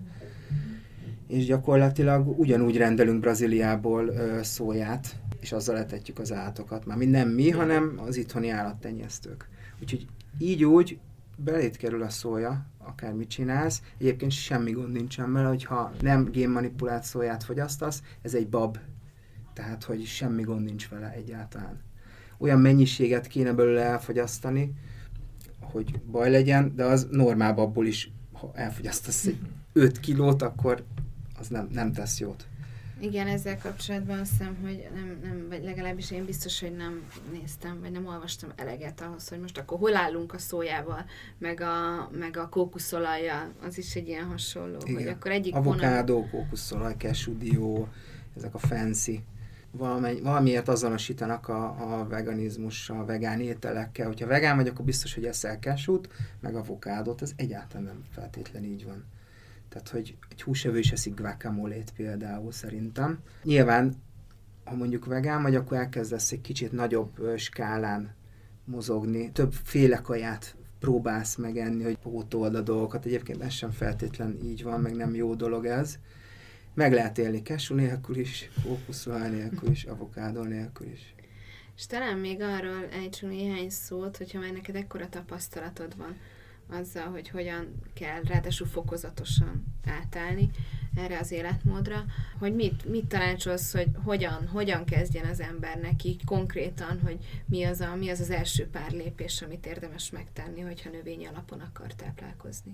és gyakorlatilag ugyanúgy rendelünk Brazíliából szóját, és azzal etetjük az állatokat. Már nem mi, hanem az itthoni állattenyésztők. Úgyhogy így úgy belét kerül a szója, akármit csinálsz. Egyébként semmi gond nincsen vele, hogyha nem génmanipulált szóját fogyasztasz, ez egy bab. Tehát, hogy semmi gond nincs vele egyáltalán. Olyan mennyiséget kéne belőle elfogyasztani, hogy baj legyen, de az normál babból is, ha elfogyasztasz egy 5 kilót, akkor az nem tesz jót. Igen, ezzel kapcsolatban azt hiszem, hogy nem, vagy legalábbis én biztos, hogy nem néztem, vagy nem olvastam eleget ahhoz, hogy most akkor hol állunk a szójával, meg a kókuszolajjal, az is egy ilyen hasonló. Igen. Hogy akkor egyik avokádó, kókuszolaj, cashew dió, ezek a fancy. Valamiért azonosítanak a veganizmussal, a vegán ételekkel. Hogyha vegán vagy, akkor biztos, hogy eszel cashewt, meg avokádót, ez egyáltalán nem feltétlen így van. Tehát, hogy egy húsevő is eszik guacamolét például szerintem. Nyilván, ha mondjuk vegán vagy, akkor elkezdesz egy kicsit nagyobb skálán mozogni. Többféle kaját próbálsz megenni, hogy pótold a dolgokat. Egyébként ez sem feltétlen így van, meg nem jó dolog ez. Meg lehet élni cashew nélkül is, kókuszolaj nélkül is, avokádó nélkül is. És talán még arról ejtsünk néhány szót, hogyha már neked ekkora tapasztalatod van azzal, hogy hogyan kell ráadásul fokozatosan átállni erre az életmódra, hogy mit tanácsolsz, hogy hogyan kezdjen az embernek így konkrétan, hogy mi az első pár lépés, amit érdemes megtenni, hogyha növényi alapon akar táplálkozni.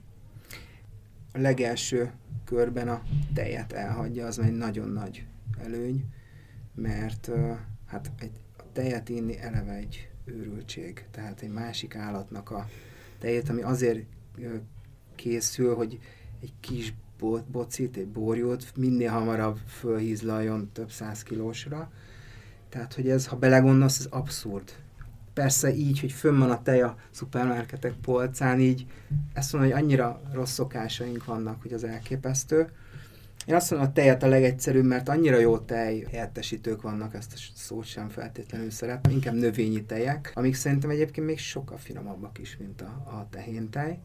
A legelső körben a tejet elhagyja, az egy nagyon nagy előny, mert a tejet inni eleve egy őrültség, tehát egy másik állatnak a tejét, ami azért készül, hogy egy kis bocit, egy borjót minél hamarabb fölhízlaljon több 100 kilósra. Tehát, hogy ez, ha belegondolsz, ez abszurd. Persze így, hogy fönn van a tej a szupermarketek polcán, így ezt mondom, hogy annyira rossz szokásaink vannak, hogy az elképesztő. Én azt mondom, a tejet a legegyszerűbb, mert annyira jó tej helyettesítők vannak, ezt a szót sem feltétlenül szeretem, inkább növényi tejek, amik szerintem egyébként még sokkal finomabbak is, mint a tehéntej.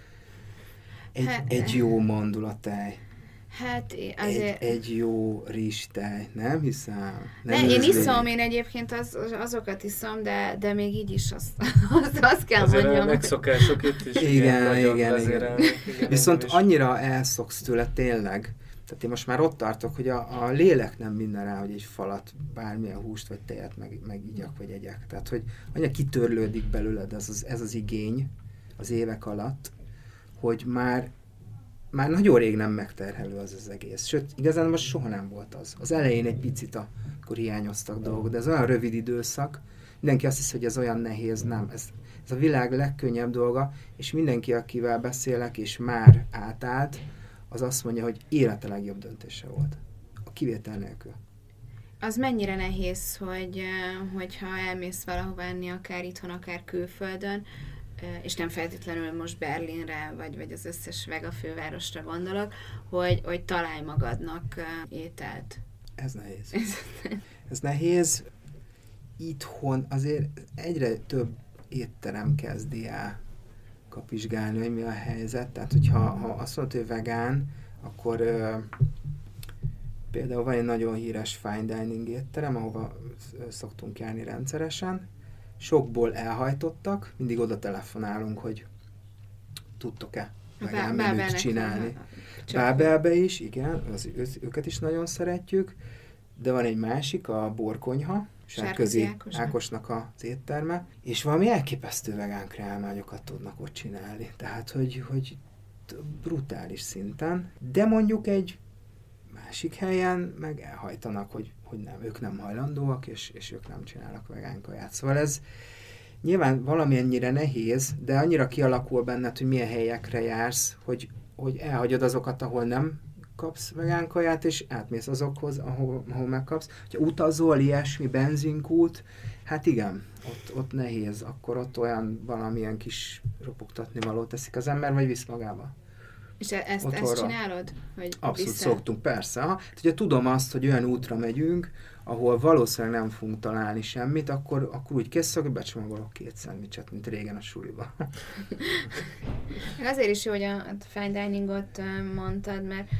Egy jó mandulatej. Hát azért... Egy jó rizstej, nem hiszem? Én iszom, én egyébként azokat iszom, de még így is azt kell azért mondjam. megszokások itt is. Igen. Viszont annyira elszoksz tőle tényleg. Tehát én most már ott tartok, hogy a lélek nem minden rá, hogy egy falat, bármilyen húst vagy tejet meg igyak vagy egyek. Tehát, hogy annyira kitörlődik belőled ez az igény az évek alatt, hogy már nagyon rég nem megterhelő az egész. Sőt, igazán most soha nem volt az. Az elején egy picit akkor hiányoztak dolgok, de ez olyan rövid időszak, mindenki azt hiszi, hogy ez olyan nehéz, nem. Ez a világ legkönnyebb dolga, és mindenki, akivel beszélek, és már átállt, az azt mondja, hogy élete legjobb döntése volt. A kivétel nélkül. Az mennyire nehéz, hogyha elmész valahova enni, akár itthon, akár külföldön, és nem feltétlenül most Berlinre, vagy az összes vega fővárosra gondolok, hogy találj magadnak ételt. Ez nehéz. Ez nehéz. Itthon azért egyre több étterem kezdi el kapizsgálni, hogy mi a helyzet. Tehát, hogyha azt mondod, hogy vegán, akkor például van egy nagyon híres fine dining étterem, ahova szoktunk járni rendszeresen. Sokból elhajtottak, mindig oda telefonálunk, hogy tudtok-e vegán menüt csinálni. Bábelbe is, igen, őket is nagyon szeretjük, de van egy másik, a Borkonyha, Sárközi Ákosnak az étterme, és valami elképesztő vegán kreálmányokat tudnak ott csinálni. Tehát, hogy brutális szinten, de mondjuk egy másik helyen meg elhajtanak, hogy nem, ők nem hajlandóak, és ők nem csinálnak vegán kaját. Szóval ez nyilván valamennyire nehéz, de annyira kialakul benned, hogy milyen helyekre jársz, hogy elhagyod azokat, ahol nem kapsz vegán kaját, és átmész azokhoz, ahol megkapsz. Ha utazol, ilyesmi, benzinkút, hát igen, ott nehéz, akkor ott olyan valamilyen kis ropogtatni valót teszik az ember, vagy visz magába. És ezt csinálod? Hogy abszolút szoktunk, persze. Hát, hogyha tudom azt, hogy olyan útra megyünk, ahol valószínűleg nem fogunk találni semmit, akkor úgy készülök, hogy becsomagolok 2 szendvicset, mint régen a suliba. Azért is jó, hogy a fine diningot mondtad, mert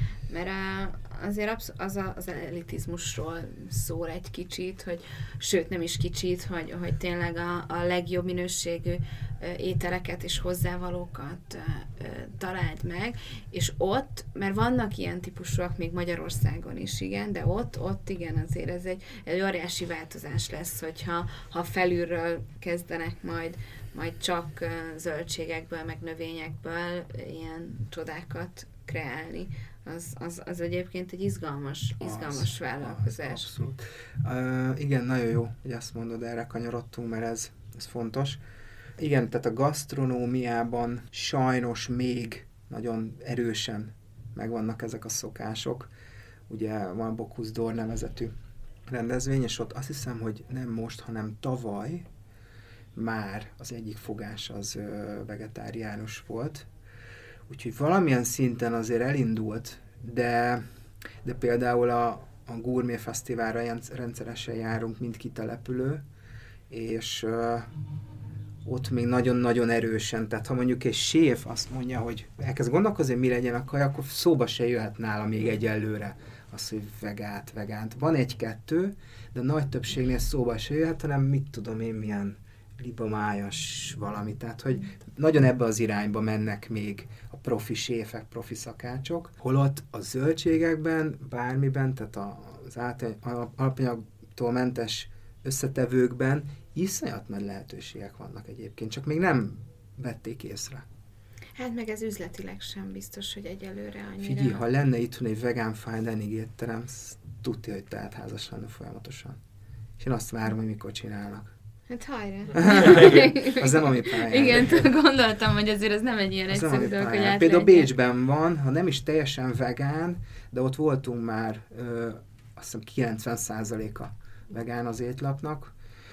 azért az elitizmusról szól egy kicsit, sőt nem is kicsit, hogy tényleg a legjobb minőségű ételeket és hozzávalókat találd meg, és ott, mert vannak ilyen típusúak még Magyarországon is, igen, de ott igen, azért ez egy óriási változás lesz, hogyha felülről kezdenek majd csak zöldségekből, meg növényekből ilyen csodákat kreálni. Az egyébként egy izgalmas vállalkozás. Abszolút. Igen, nagyon jó, hogy azt mondod, erre kanyarodtunk, mert ez fontos. Igen, tehát a gasztronómiában sajnos még nagyon erősen megvannak ezek a szokások. Ugye van Bocuse d'Or nevezetű rendezvény, és ott azt hiszem, hogy nem most, hanem tavaly már az egyik fogás az vegetáriánus volt. Úgyhogy valamilyen szinten azért elindult, de például a Gourmet Fesztiválra rendszeresen járunk, mint kitelepülő, és ott még nagyon-nagyon erősen, tehát ha mondjuk egy séf azt mondja, hogy elkezd gondolkozni, mi legyen a kaja, akkor szóba se jöhet nála még egyelőre az, hogy vegánt. Van 1-2, de nagy többségnél szóba se jöhet, hanem mit tudom én, milyen libamájas valami. Tehát, hogy nagyon ebbe az irányba mennek még a profi séfek, profi szakácsok, holott a zöldségekben, bármiben, tehát az alapanyagtól mentes összetevőkben iszonyat nagy lehetőségek vannak egyébként, csak még nem vették észre. Hát meg ez üzletileg sem biztos, hogy egyelőre annyira... Figyelj, ha lenne itthon egy vegán fine dining étterem, tudja, hogy teltházas lenne folyamatosan. És én azt várom, hogy mikor csinálnak. Hát hajrá! Az nem a mi pályán. Igen, gondoltam, hogy azért ez nem egy ilyen egyszerű dolog, hogy átmenjek. Például Bécsben van, ha nem is teljesen vegán, de ott voltunk már azt hiszem 90%-a vegán az étlapnak,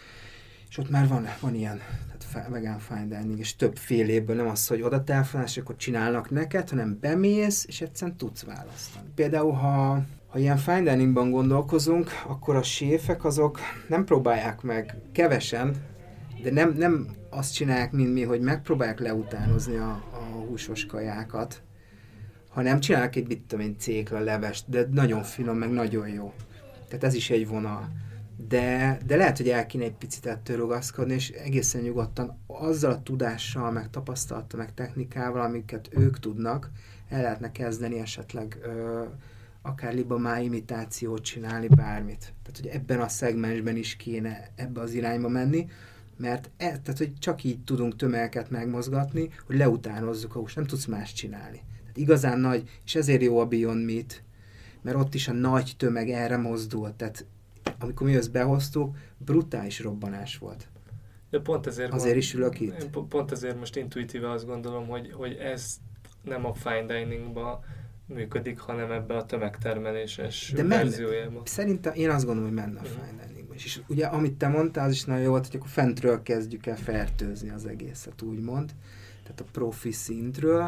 és ott már van ilyen tehát vegán fine dining, és több fél évből nem az, hogy oda telefonálsz, és akkor csinálnak neked, hanem bemész, és egyszerűen tudsz választani. Például, ha ilyen fine diningban gondolkozunk, akkor a séfek azok nem próbálják meg kevesen, de nem azt csinálják, mint mi, hogy megpróbálják leutánozni a húsos kajákat, hanem csinálják egy, mit tudom én, cékla, levest, de nagyon finom, meg nagyon jó. Tehát ez is egy vonal. De lehet, hogy el kéne egy picit ettől rugaszkodni, és egészen nyugodtan azzal a tudással, meg tapasztalattal, meg technikával, amiket ők tudnak, el lehetne kezdeni esetleg akár libamáj imitációt csinálni, bármit. Tehát, hogy ebben a szegmensben is kéne ebbe az irányba menni, mert tehát, hogy csak így tudunk tömegeket megmozgatni, hogy leutánozzuk a húst, nem tudsz más csinálni. Tehát igazán nagy, és ezért jó a Beyond Meat, mert ott is a nagy tömeg erre mozdult, tehát amikor mi ezt behoztuk, brutális robbanás volt. De pont ezért azért is ülök itt. Pont ezért most intuitíve azt gondolom, hogy ez nem a fine diningba működik, hanem ebbe a tömegtermeléses De verziójában. Szerintem én azt gondolom, hogy menne a fine diningban is. És ugye, amit te mondtál, az is nagyon jó volt, hogy akkor fentről kezdjük el fertőzni az egészet, úgymond. Tehát a profi szintről,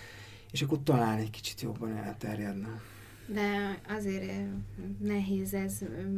és akkor talán egy kicsit jobban elterjedne. De azért nehéz ez,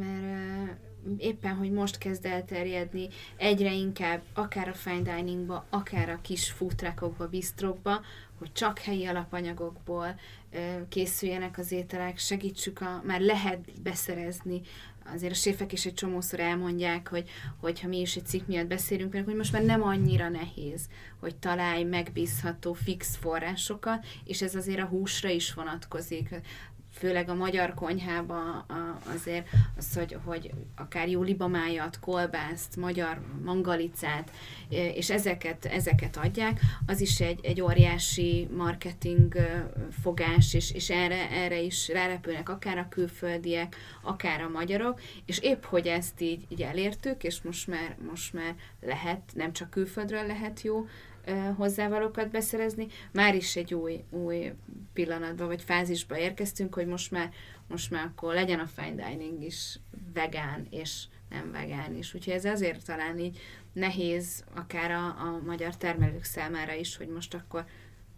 mert éppen, hogy most kezd elterjedni egyre inkább, akár a fine diningba, akár a kis food truckokba, bistrokba, hogy csak helyi alapanyagokból készüljenek az ételek, segítsük, már lehet beszerezni. Azért a séfek is egy csomószor elmondják, hogy ha mi is egy cikk miatt beszélünk, mert hogy most már nem annyira nehéz, hogy találj megbízható fix forrásokat, és ez azért a húsra is vonatkozik. Főleg a magyar konyhában azért az, hogy akár jó libamájat, kolbászt, magyar mangalicát, és ezeket adják, az is egy óriási marketing fogás, és erre is rárepülnek akár a külföldiek, akár a magyarok, és épp, hogy ezt így elértük, és most már lehet, nem csak külföldről lehet jó hozzávalókat beszerezni. Már is egy új pillanatba, vagy fázisba érkeztünk, hogy most már akkor legyen a fine dining is vegán, és nem vegán is. Úgyhogy ez azért talán így nehéz, akár a magyar termelők számára is, hogy most akkor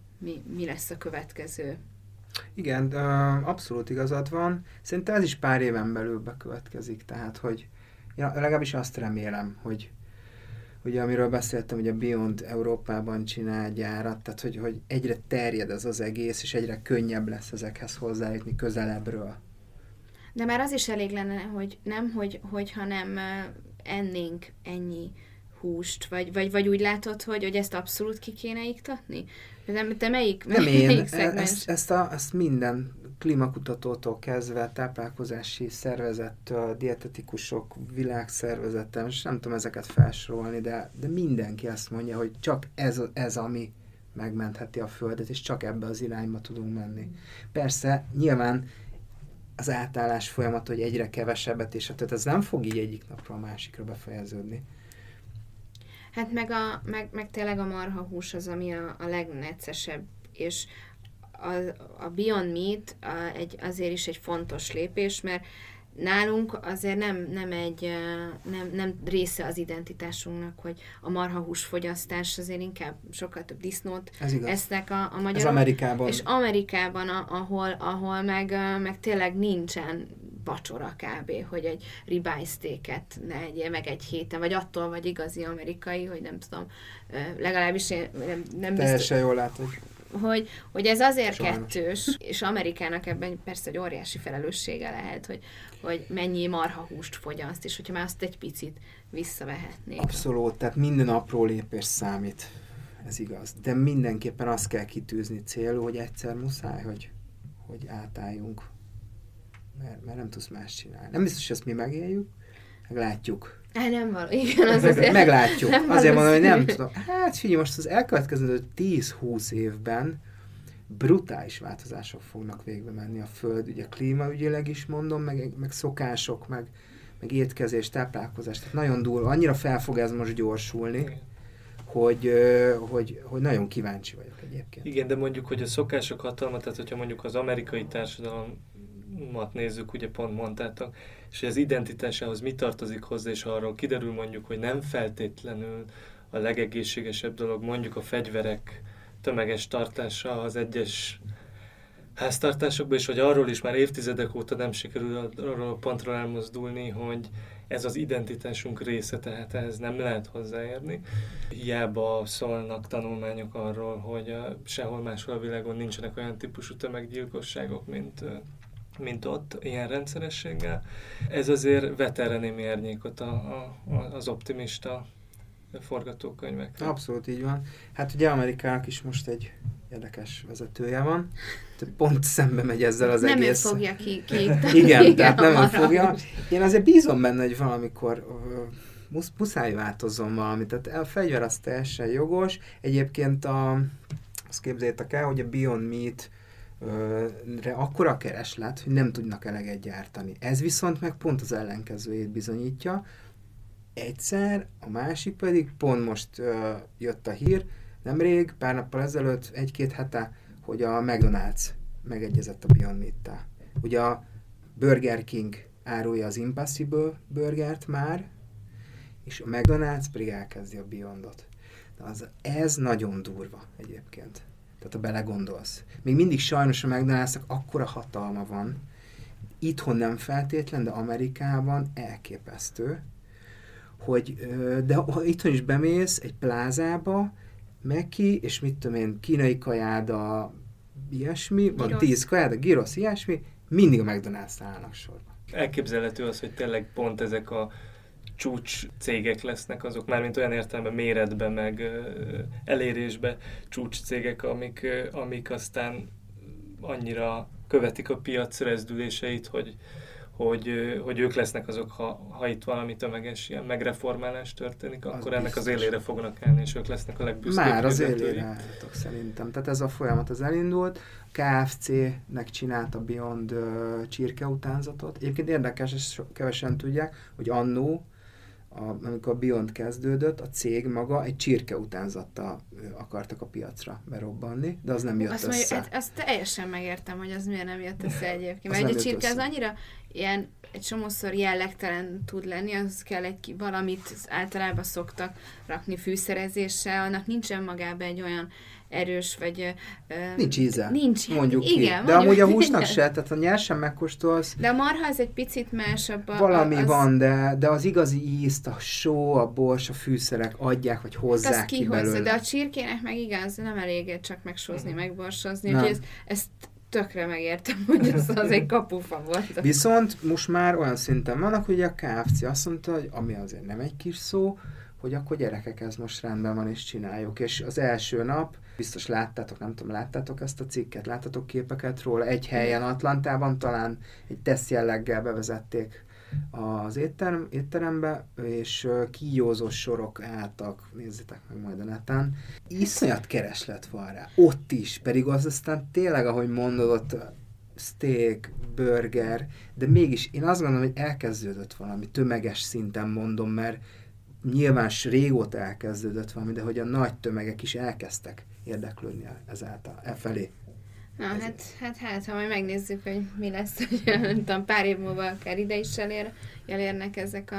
mi lesz a következő. Igen, abszolút igazad van. Szerintem ez is pár éven belül bekövetkezik, tehát, hogy legalábbis azt remélem, hogy ugye amiről beszéltem, hogy a Beyond Európában csinál gyárat, tehát hogy egyre terjed az egész, és egyre könnyebb lesz ezekhez hozzájutni közelebbről. De már az is elég lenne, hogy nem, hogyha nem ennénk ennyi húst, vagy úgy látod, hogy ezt abszolút ki kéne iktatni? Te melyik szegmens? Ezt minden klímakutatótól kezdve, táplálkozási szervezettől, dietetikusok, világszervezetem, és nem tudom ezeket felsorolni, de mindenki azt mondja, hogy csak ez ami megmentheti a Földet, és csak ebbe az irányba tudunk menni. Persze, nyilván az átállás folyamat, hogy egyre kevesebbet, és tehát ez nem fog így egyik napról a másikra befejeződni. Hát meg tényleg a marhahús az, ami a legnetszesebb, és a Beyond Meat azért is egy fontos lépés, mert nálunk azért nem része az identitásunknak, hogy a marhahús fogyasztás, azért inkább sokkal több disznót esznek a magyarok. Ez Amerikában. És Amerikában, ahol meg tényleg nincsen vacsora kb., hogy egy ribeye steaket ne egyél meg egy héten, vagy attól vagy igazi amerikai, hogy nem tudom, legalábbis én nem teljesen jól látod. Hogy ez azért sajnos kettős, és Amerikának ebben persze egy óriási felelőssége lehet, hogy mennyi marhahúst fogyaszt, és hogyha már azt egy picit visszavehetnék. Abszolút, tehát minden apró lépés számít, ez igaz. De mindenképpen azt kell kitűzni célul, hogy egyszer muszáj, hogy átálljunk. Mert nem tudsz más csinálni. Nem biztos, hogy ezt mi megéljük, meglátjuk. Nem való, igen, az azért. Meglátjuk. Azért mondom, hogy nem tudom. Hát figyelj, most az elkövetkező 10-20 évben brutális változások fognak végbe menni a Föld, ugye klímaügyileg is mondom, meg szokások, meg étkezés, táplálkozás. Tehát nagyon durva, annyira fel fog ez most gyorsulni, hogy nagyon kíváncsi vagyok egyébként. Igen, de mondjuk, hogy a szokások hatalma, tehát hogyha mondjuk az amerikai társadalmat nézzük, ugye pont mondtátok, és az identitásához mi tartozik hozzá, és arról kiderül mondjuk, hogy nem feltétlenül a legegészségesebb dolog mondjuk a fegyverek tömeges tartása az egyes háztartásokban, és hogy arról is már évtizedek óta nem sikerül arról a pontról elmozdulni, hogy ez az identitásunk része, tehát ehhez nem lehet hozzáérni. Hiába szólnak tanulmányok arról, hogy sehol máshol a világon nincsenek olyan típusú tömeggyilkosságok, mint ott, ilyen rendszerességgel. Ez azért vet erre némi árnyékot az optimista forgatókönyvekre. Abszolút így van. Hát ugye Amerikának is most egy érdekes vezetője van. Pont szembe megy ezzel az nem egész... Nem ő fogja Igen, tehát nem ő fogja. Én azért bízom benne, hogy valamikor muszáj változzon valami. Tehát a fegyver az teljesen jogos. Egyébként azt képzeljétek el, hogy a Beyond Meat akkora kereslet, hogy nem tudnak eleget gyártani. Ez viszont meg pont az ellenkezőjét bizonyítja. Egyszer, a másik pedig pont most jött a hír, nemrég, pár nappal ezelőtt, 1-2 hete, hogy a McDonald's megegyezett a Beyond Meat-tel. Ugye a Burger King árulja az Impossible burgert már, és a McDonald's pedig elkezdi a Beyondot. Ez nagyon durva egyébként. Tehát ha belegondolsz. Még mindig sajnos a McDonald'snak akkora hatalma van, itthon nem feltétlen, de Amerikában elképesztő, hogy de ha itthon is bemész egy plázába, Meki, és mit tudom én, kínai kajáda, ilyesmi, van 10 kajáda, gyrosz, ilyesmi, mindig a McDonald's állnak sorba. Elképzelhető az, hogy tényleg pont ezek a csúcs cégek lesznek azok, mármint olyan értelemben méretben, meg elérésben csúcs cégek, amik aztán annyira követik a piac rezdüléseit, hogy ők lesznek azok, ha itt valami tömeges ilyen megreformálás történik, akkor ennek az élére fognak állni, és ők lesznek a legbüszkébb. Már az élére álltok szerintem. Tehát ez a folyamat az elindult. A KFC-nek csinált a Beyond csirkeutánzatot. Egyébként érdekes, és kevesen tudják, hogy annó, amikor a Beyond kezdődött, a cég maga egy csirkeutánzattal akartak a piacra berobbanni, de az nem jött össze. Azt teljesen megértem, hogy az miért nem jött össze egyébként. Mert egy csirke az annyira ilyen egy csomószor jellegtelen tud lenni, az kell valamit általában szoktak rakni fűszerezéssel, annak nincsen magában egy olyan erős, vagy... nincs íze. Nincs. Mondjuk ki. Igen, de amúgy a húsnak se, tehát ha nyersen megkóstolsz... De a marha az egy picit másabb. Valami van, de az igazi ízt, a só, a bors, a fűszerek adják, vagy hozzák ki belőle. De a csirkének meg igaz, nem elég csak megsózni, megborsozni. Úgyhogy ezt tökre megértem, hogy az egy kapufa volt. Viszont most már olyan szinten vannak, hogy a KFC azt mondta, hogy ami azért nem egy kis szó, hogy akkor gyerekek, ez most rendben van, és csináljuk. És az első nap, biztos láttátok, nem tudom, láttátok ezt a cikket, láttátok képeket róla, egy helyen Atlantában talán egy teszt jelleggel bevezették az étterembe, és kígyózó sorok álltak, nézzétek meg majd a neten. Iszonyat kereslet van rá, ott is, pedig az aztán tényleg, ahogy mondod, ott steak, burger, de mégis én azt gondolom, hogy elkezdődött valami, tömeges szinten mondom, mert nyilván régóta elkezdődött valami, de hogy a nagy tömegek is elkezdtek érdeklődni ezáltal, felé. Na, hát, ha majd megnézzük, hogy mi lesz, hogy nem tudom, pár év múlva akár ide is elérnek ezek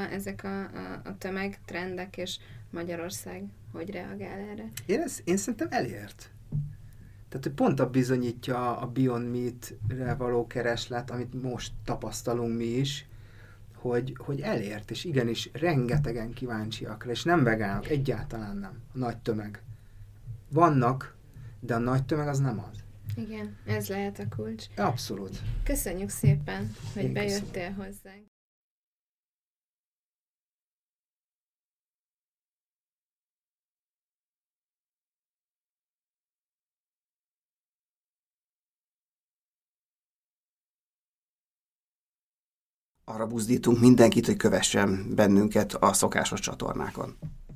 a tömegtrendek, és Magyarország hogy reagál erre? Én szerintem elért. Tehát, hogy pont a bizonyítja a Beyond Meat-re való kereslet, amit most tapasztalunk mi is, hogy elért, és igenis rengetegen kíváncsiak rá, és nem vegánok, egyáltalán nem. A nagy tömeg. Vannak, de a nagy tömeg az nem az. Igen, ez lehet a kulcs. Abszolút. Köszönjük szépen, hogy bejöttél hozzánk. Arra buzdítunk mindenkit, hogy kövessen bennünket a szokásos csatornákon.